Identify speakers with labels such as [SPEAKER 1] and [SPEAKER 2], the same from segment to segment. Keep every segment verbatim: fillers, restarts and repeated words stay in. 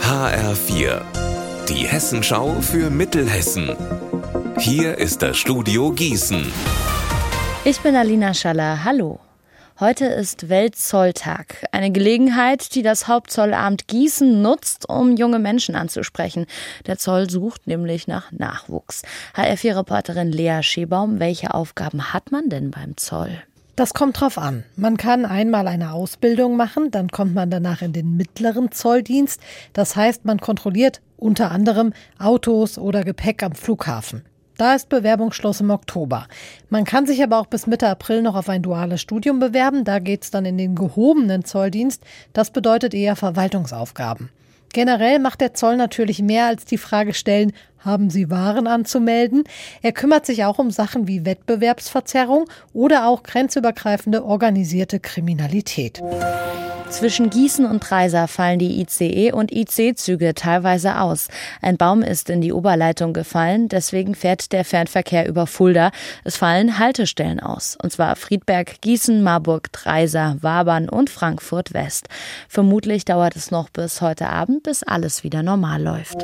[SPEAKER 1] H R vier, die Hessenschau für Mittelhessen. Hier ist das Studio Gießen.
[SPEAKER 2] Ich bin Alina Schaller, hallo. Heute ist Weltzolltag, eine Gelegenheit, die das Hauptzollamt Gießen nutzt, um junge Menschen anzusprechen. Der Zoll sucht nämlich nach Nachwuchs. H R vier Reporterin Lea Schebaum, welche Aufgaben hat man denn beim Zoll?
[SPEAKER 3] Das kommt drauf an. Man kann einmal eine Ausbildung machen, dann kommt man danach in den mittleren Zolldienst. Das heißt, man kontrolliert unter anderem Autos oder Gepäck am Flughafen. Da ist Bewerbungsschluss im Oktober. Man kann sich aber auch bis Mitte April noch auf ein duales Studium bewerben. Da geht's dann in den gehobenen Zolldienst. Das bedeutet eher Verwaltungsaufgaben. Generell macht der Zoll natürlich mehr als die Frage stellen, haben Sie Waren anzumelden? Er kümmert sich auch um Sachen wie Wettbewerbsverzerrung oder auch grenzübergreifende organisierte Kriminalität.
[SPEAKER 2] Zwischen Gießen und Treysa fallen die I C E- und I C-Züge teilweise aus. Ein Baum ist in die Oberleitung gefallen, deswegen fährt der Fernverkehr über Fulda. Es fallen Haltestellen aus, und zwar Friedberg, Gießen, Marburg, Treysa, Wabern und Frankfurt West. Vermutlich dauert es noch bis heute Abend, bis alles wieder normal läuft.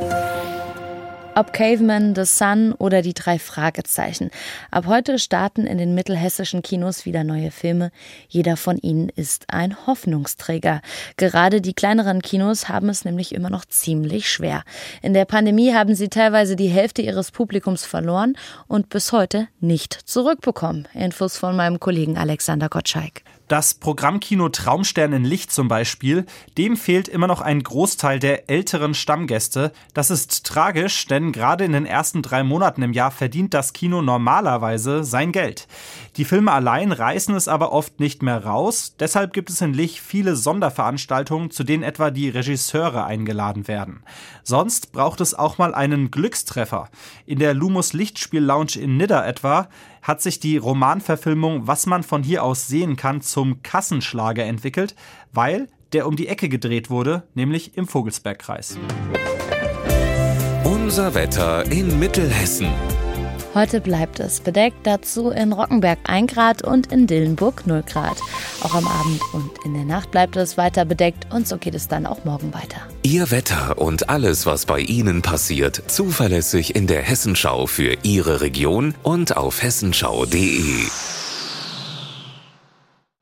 [SPEAKER 2] Ob Caveman, The Sun oder die drei Fragezeichen. Ab heute starten in den mittelhessischen Kinos wieder neue Filme. Jeder von ihnen ist ein Hoffnungsträger. Gerade die kleineren Kinos haben es nämlich immer noch ziemlich schwer. In der Pandemie haben sie teilweise die Hälfte ihres Publikums verloren und bis heute nicht zurückbekommen. Infos von meinem Kollegen Alexander Gottschalk.
[SPEAKER 4] Das Programmkino Traumstern in Licht zum Beispiel, dem fehlt immer noch ein Großteil der älteren Stammgäste. Das ist tragisch, denn gerade in den ersten drei Monaten im Jahr verdient das Kino normalerweise sein Geld. Die Filme allein reißen es aber oft nicht mehr raus. Deshalb gibt es in Lich viele Sonderveranstaltungen, zu denen etwa die Regisseure eingeladen werden. Sonst braucht es auch mal einen Glückstreffer. In der Lumos Lichtspiel Lounge in Nidda etwa hat sich die Romanverfilmung Was man von hier aus sehen kann zum Kassenschlager entwickelt, weil der um die Ecke gedreht wurde, nämlich im Vogelsbergkreis.
[SPEAKER 1] Unser Wetter in Mittelhessen.
[SPEAKER 2] Heute bleibt es bedeckt, dazu in Rockenberg ein Grad und in Dillenburg null Grad. Auch am Abend und in der Nacht bleibt es weiter bedeckt und so geht es dann auch morgen weiter.
[SPEAKER 1] Ihr Wetter und alles, was bei Ihnen passiert, zuverlässig in der Hessenschau für Ihre Region und auf hessenschau punkt de.